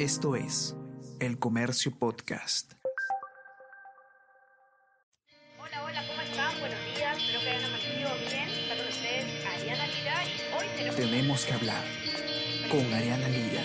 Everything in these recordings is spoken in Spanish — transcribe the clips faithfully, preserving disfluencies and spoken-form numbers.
Esto es El Comercio Podcast. Hola, hola, ¿cómo están? Buenos días, espero que hayan amanecido bien. Está con ustedes Ariana Lira y hoy tenemos... Tenemos que hablar con Ariana Lira.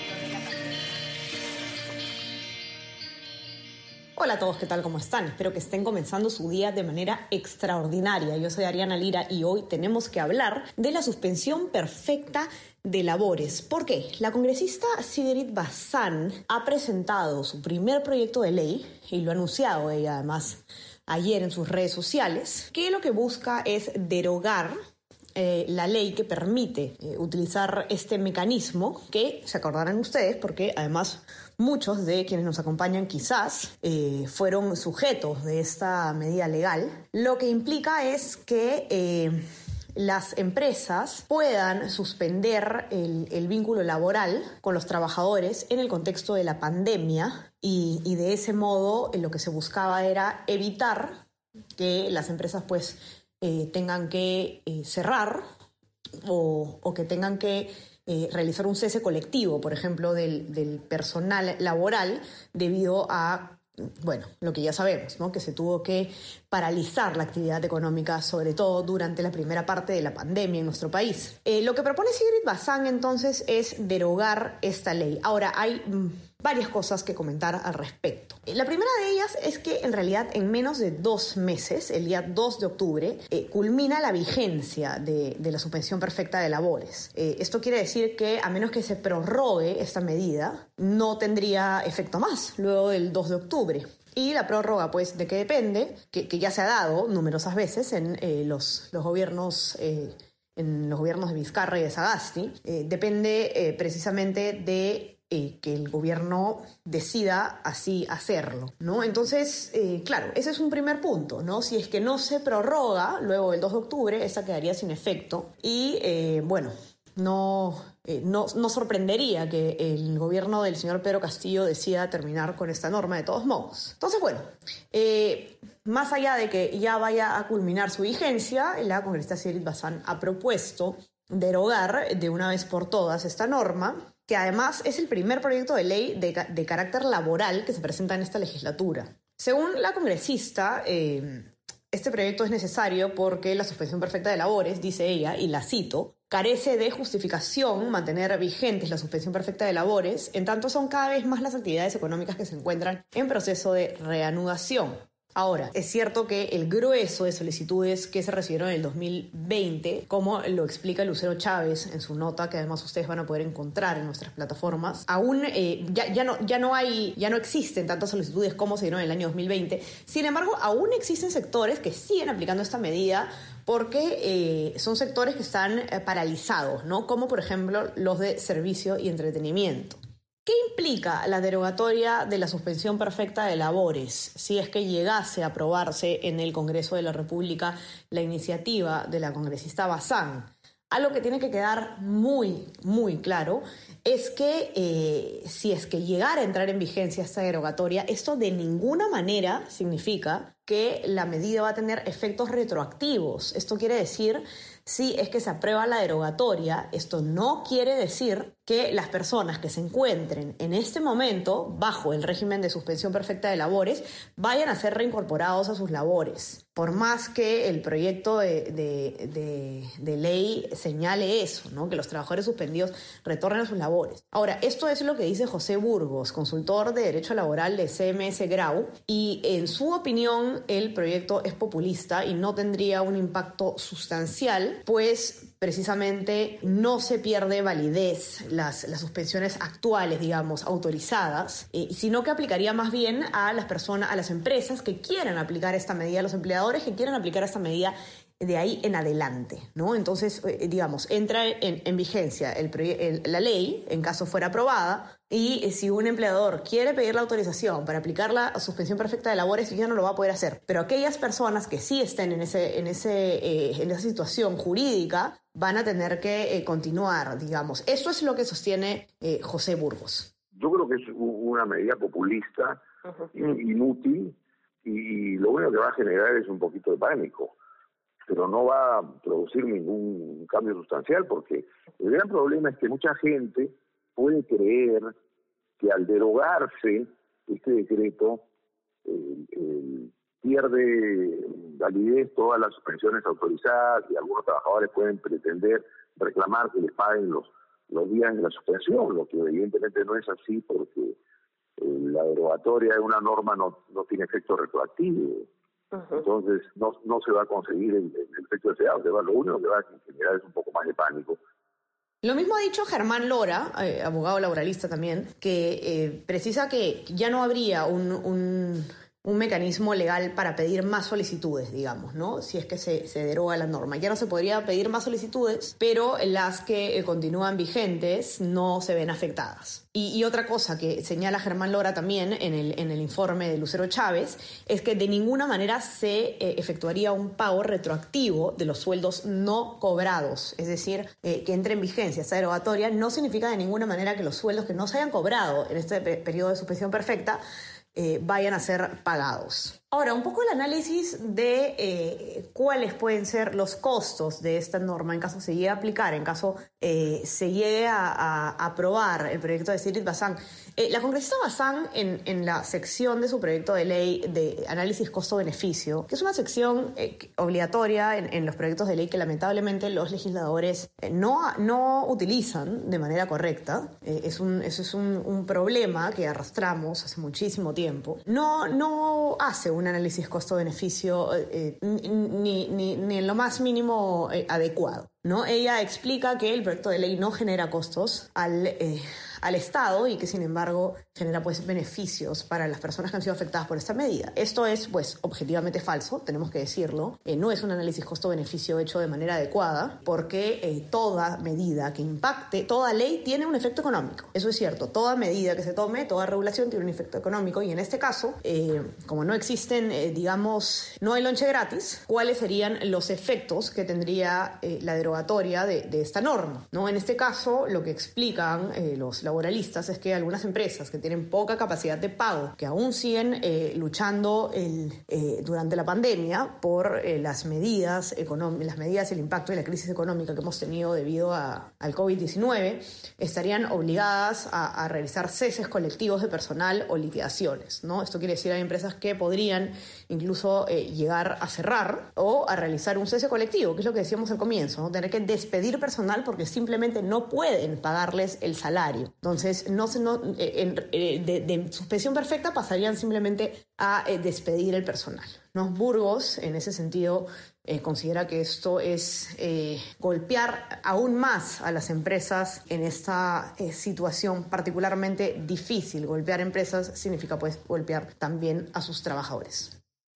Hola a todos, ¿qué tal? ¿Cómo están? Espero que estén comenzando su día de manera extraordinaria. Yo soy Ariana Lira y hoy tenemos que hablar de la suspensión perfecta de labores. ¿Por qué? La congresista Sigrid Bazán ha presentado su primer proyecto de ley y lo ha anunciado ella además ayer en sus redes sociales, que lo que busca es derogar Eh, la ley que permite eh, utilizar este mecanismo, que se acordarán ustedes porque además muchos de quienes nos acompañan quizás eh, fueron sujetos de esta medida legal. Lo que implica es que eh, las empresas puedan suspender el, el vínculo laboral con los trabajadores en el contexto de la pandemia y, y de ese modo eh, lo que se buscaba era evitar que las empresas pues Eh, tengan que eh, cerrar o, o que tengan que eh, realizar un cese colectivo, por ejemplo, del, del personal laboral debido a, bueno, lo que ya sabemos, ¿no? Que se tuvo que paralizar la actividad económica, sobre todo durante la primera parte de la pandemia en nuestro país. Eh, lo que propone Sigrid Bazán, entonces, es derogar esta ley. Ahora, hay mmm, varias cosas que comentar al respecto. La primera de ellas es que, en realidad, en menos de dos meses, el día dos de octubre, eh, culmina la vigencia de, de la suspensión perfecta de labores. Eh, esto quiere decir que, a menos que se prorrogue esta medida, no tendría efecto más luego del dos de octubre. Y la prórroga, pues, ¿de qué depende? Que, que ya se ha dado numerosas veces en eh, los, los gobiernos... Eh, en los gobiernos de Vizcarra y de Sagasti, eh, depende eh, precisamente de eh, que el gobierno decida así hacerlo, ¿no? Entonces, eh, claro, ese es un primer punto, ¿no? Si es que no se prorroga luego del dos de octubre, esta quedaría sin efecto y, eh, bueno, no, eh, no, no sorprendería que el gobierno del señor Pedro Castillo decida terminar con esta norma de todos modos. Entonces, bueno, eh, más allá de que ya vaya a culminar su vigencia, la congresista Sigrid Bazán ha propuesto derogar de una vez por todas esta norma, que además es el primer proyecto de ley de, de carácter laboral que se presenta en esta legislatura. Según la congresista, eh, este proyecto es necesario porque la suspensión perfecta de labores, dice ella, y la cito, carece de justificación mantener vigentes la suspensión perfecta de labores, en tanto son cada vez más las actividades económicas que se encuentran en proceso de reanudación. Ahora, es cierto que el grueso de solicitudes que se recibieron en el dos mil veinte, como lo explica Lucero Chávez en su nota, que además ustedes van a poder encontrar en nuestras plataformas, aún eh, ya, ya, no, ya, no hay, ya no existen tantas solicitudes como se dieron en el año dos mil veinte. Sin embargo, aún existen sectores que siguen aplicando esta medida porque eh, son sectores que están eh, paralizados, ¿no? Como por ejemplo los de servicio y entretenimiento. ¿Qué implica la derogatoria de la suspensión perfecta de labores si es que llegase a aprobarse en el Congreso de la República la iniciativa de la congresista Bazán? Algo que tiene que quedar muy, muy claro es que eh, si es que llegara a entrar en vigencia esta derogatoria, esto de ninguna manera significa que la medida va a tener efectos retroactivos. Esto quiere decir, si es que se aprueba la derogatoria, esto no quiere decir que las personas que se encuentren en este momento bajo el régimen de suspensión perfecta de labores vayan a ser reincorporados a sus labores. Por más que el proyecto de, de, de, de ley señale eso, ¿no? Que los trabajadores suspendidos retornen a sus labores. Ahora, esto es lo que dice José Burgos, consultor de Derecho Laboral de C M S Grau, y en su opinión el proyecto es populista y no tendría un impacto sustancial, pues precisamente no se pierde validez las, las suspensiones actuales, digamos, autorizadas, eh, sino que aplicaría más bien a las personas, a las empresas que quieran aplicar esta medida, a los empleadores que quieran aplicar esta medida de ahí en adelante, ¿no? Entonces, eh, digamos, entra en, en vigencia el, el, la ley, en caso fuera aprobada, y eh, si un empleador quiere pedir la autorización para aplicar la suspensión perfecta de labores, ya no lo va a poder hacer. Pero aquellas personas que sí estén en, ese, en, ese, eh, en esa situación jurídica van a tener que eh, continuar, digamos. Esto es lo que sostiene eh, José Burgos. Yo creo que es una medida populista, uh-huh. inútil, y lo único que va a generar es un poquito de pánico, pero no va a producir ningún cambio sustancial, porque el gran problema es que mucha gente puede creer que al derogarse este decreto, eh, eh, pierde validez todas las suspensiones autorizadas y algunos trabajadores pueden pretender reclamar que les paguen los, los días de la suspensión, lo que evidentemente no es así porque eh, la derogatoria de una norma no, no tiene efecto retroactivo. Uh-huh. Entonces no, no se va a conseguir el, el efecto deseado, lo único que va a generar es un poco más de pánico. Lo mismo ha dicho Germán Lora, eh, abogado laboralista también, que eh, precisa que ya no habría un, un, un mecanismo legal para pedir más solicitudes, digamos, ¿no? Si es que se, se deroga la norma. Ya no se podría pedir más solicitudes, pero las que eh, continúan vigentes no se ven afectadas. Y, y otra cosa que señala Germán Lora también en el, en el informe de Lucero Chávez es que de ninguna manera se eh, efectuaría un pago retroactivo de los sueldos no cobrados. Es decir, eh, que entre en vigencia esta derogatoria no significa de ninguna manera que los sueldos que no se hayan cobrado en este pe- periodo de suspensión perfecta eh, vayan a ser pagados. Ahora, un poco el análisis de eh, cuáles pueden ser los costos de esta norma en caso se llegue a aplicar, en caso eh, se llegue a, a aprobar el proyecto de Sigrid Bazán. Eh, la congresista Bazán, en, en la sección de su proyecto de ley de análisis costo-beneficio, que es una sección eh, obligatoria en, en los proyectos de ley que lamentablemente los legisladores eh, no, no utilizan de manera correcta, eh, es un, eso es un, un problema que arrastramos hace muchísimo tiempo, no, no hace un un análisis costo-beneficio eh, ni, ni, ni en lo más mínimo eh, adecuado, ¿no? Ella explica que el proyecto de ley no genera costos al, eh, al Estado y que, sin embargo, genera pues beneficios para las personas que han sido afectadas por esta medida. Esto es, pues, objetivamente falso, tenemos que decirlo. Eh, no es un análisis costo-beneficio hecho de manera adecuada porque eh, toda medida que impacte, toda ley tiene un efecto económico. Eso es cierto. Toda medida que se tome, toda regulación tiene un efecto económico y en este caso, eh, como no existen, eh, digamos, no hay lonche gratis, ¿cuáles serían los efectos que tendría eh, la derogatoria de, de esta norma? ¿No? En este caso, lo que explican eh, los laboralistas es que algunas empresas que tienen poca capacidad de pago, que aún siguen eh, luchando el, eh, durante la pandemia por eh, las medidas económicas, las medidas, el impacto y la crisis económica que hemos tenido debido a, al covid diecinueve, estarían obligadas a, a realizar ceses colectivos de personal o liquidaciones, ¿no? Esto quiere decir hay empresas que podrían incluso eh, llegar a cerrar o a realizar un cese colectivo, que es lo que decíamos al comienzo, ¿no? Tener que despedir personal porque simplemente no pueden pagarles el salario. Entonces, no se, no, eh, en, eh, de, de suspensión perfecta pasarían simplemente a eh, despedir el personal, ¿no? Burgos, en ese sentido, eh, considera que esto es eh, golpear aún más a las empresas en esta eh, situación particularmente difícil. Golpear empresas significa, pues, golpear también a sus trabajadores.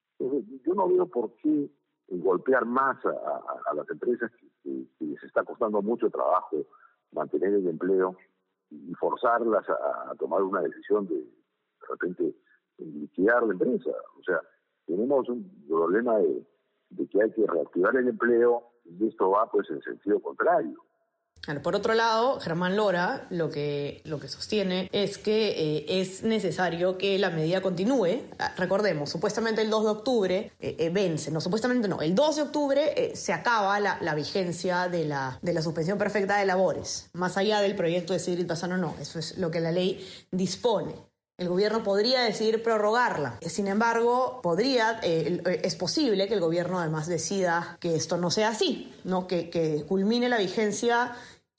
Yo no veo por qué golpear más a, a, a las empresas que, que, que les está costando mucho trabajo mantener el empleo y forzarlas a, a tomar una decisión de de repente liquidar la empresa. O sea, tenemos un problema de, de que hay que reactivar el empleo y esto va pues en sentido contrario. Por otro lado, Germán Lora lo que, lo que sostiene es que eh, es necesario que la medida continúe. Recordemos, supuestamente el dos de octubre eh, eh, vence, no, supuestamente no, el dos de octubre eh, se acaba la, la vigencia de la, de la suspensión perfecta de labores. Más allá del proyecto de Sigrid Bazán o no, eso es lo que la ley dispone. El gobierno podría decidir prorrogarla. Sin embargo, podría, eh, es posible que el gobierno además decida que esto no sea así, ¿no? Que, que culmine la vigencia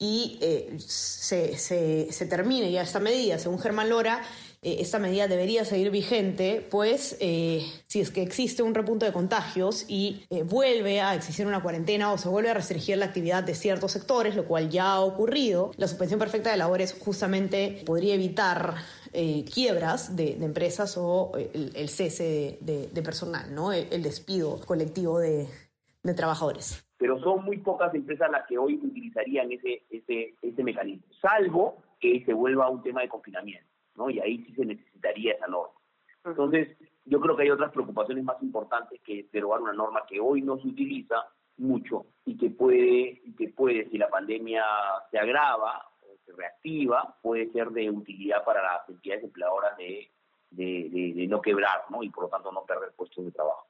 y eh, se, se, se termine ya esta medida. Según Germán Lora, eh, esta medida debería seguir vigente, pues eh, si es que existe un repunte de contagios y eh, vuelve a existir una cuarentena o se vuelve a restringir la actividad de ciertos sectores, lo cual ya ha ocurrido, la suspensión perfecta de labores justamente podría evitar Eh, quiebras de, de empresas o el, el cese de, de, de personal, ¿no? El, el despido colectivo de, de trabajadores. Pero son muy pocas empresas las que hoy utilizarían ese, ese, ese mecanismo, salvo que se vuelva un tema de confinamiento, ¿no? Y ahí sí se necesitaría esa norma. Entonces, yo creo que hay otras preocupaciones más importantes que derogar una norma que hoy no se utiliza mucho y que puede, y que puede, si la pandemia se agrava, se reactiva, puede ser de utilidad para las entidades empleadoras de, de, de, de no quebrar, ¿no? Y por lo tanto no perder puestos de trabajo.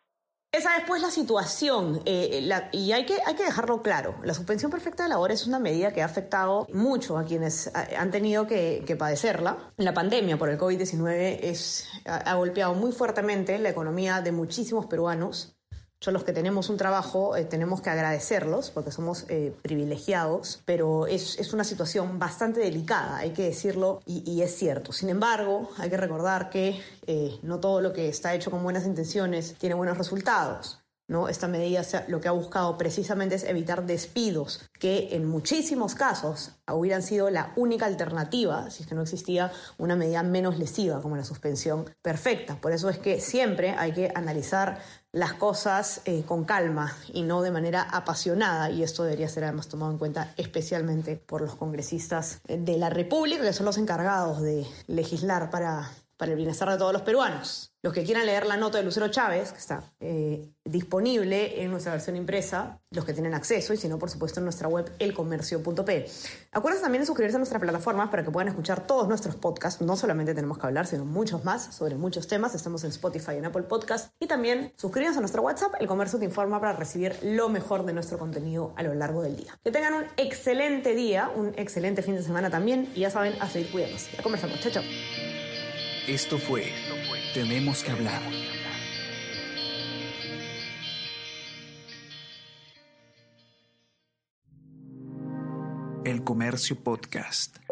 Esa es pues la situación eh, la, y hay que, hay que dejarlo claro. La suspensión perfecta de labores es una medida que ha afectado mucho a quienes han tenido que, que padecerla. La pandemia por el covid diecinueve es, ha, ha golpeado muy fuertemente la economía de muchísimos peruanos. Yo, los que tenemos un trabajo, eh, tenemos que agradecerlos porque somos eh, privilegiados, pero es, es una situación bastante delicada, hay que decirlo, y, y es cierto. Sin embargo, hay que recordar que eh, no todo lo que está hecho con buenas intenciones tiene buenos resultados, ¿no? Esta medida lo que ha buscado precisamente es evitar despidos, que en muchísimos casos hubieran sido la única alternativa si es que no existía una medida menos lesiva como la suspensión perfecta. Por eso es que siempre hay que analizar las cosas eh, con calma y no de manera apasionada, y esto debería ser además tomado en cuenta especialmente por los congresistas de la República, que son los encargados de legislar para, para el bienestar de todos los peruanos. Los que quieran leer la nota de Lucero Chávez, que está eh, disponible en nuestra versión impresa, los que tienen acceso, y si no, por supuesto, en nuestra web el comercio punto pe. Acuérdense también de suscribirse a nuestra plataforma para que puedan escuchar todos nuestros podcasts. No solamente Tenemos que Hablar, sino muchos más sobre muchos temas. Estamos en Spotify y en Apple Podcast. Y también suscríbanse a nuestro WhatsApp, El Comercio Te Informa, para recibir lo mejor de nuestro contenido a lo largo del día. Que tengan un excelente día, un excelente fin de semana también, y ya saben, a seguir cuidándose. Ya conversamos. Chao, chao. Esto fue Tenemos que Hablar. El Comercio Podcast.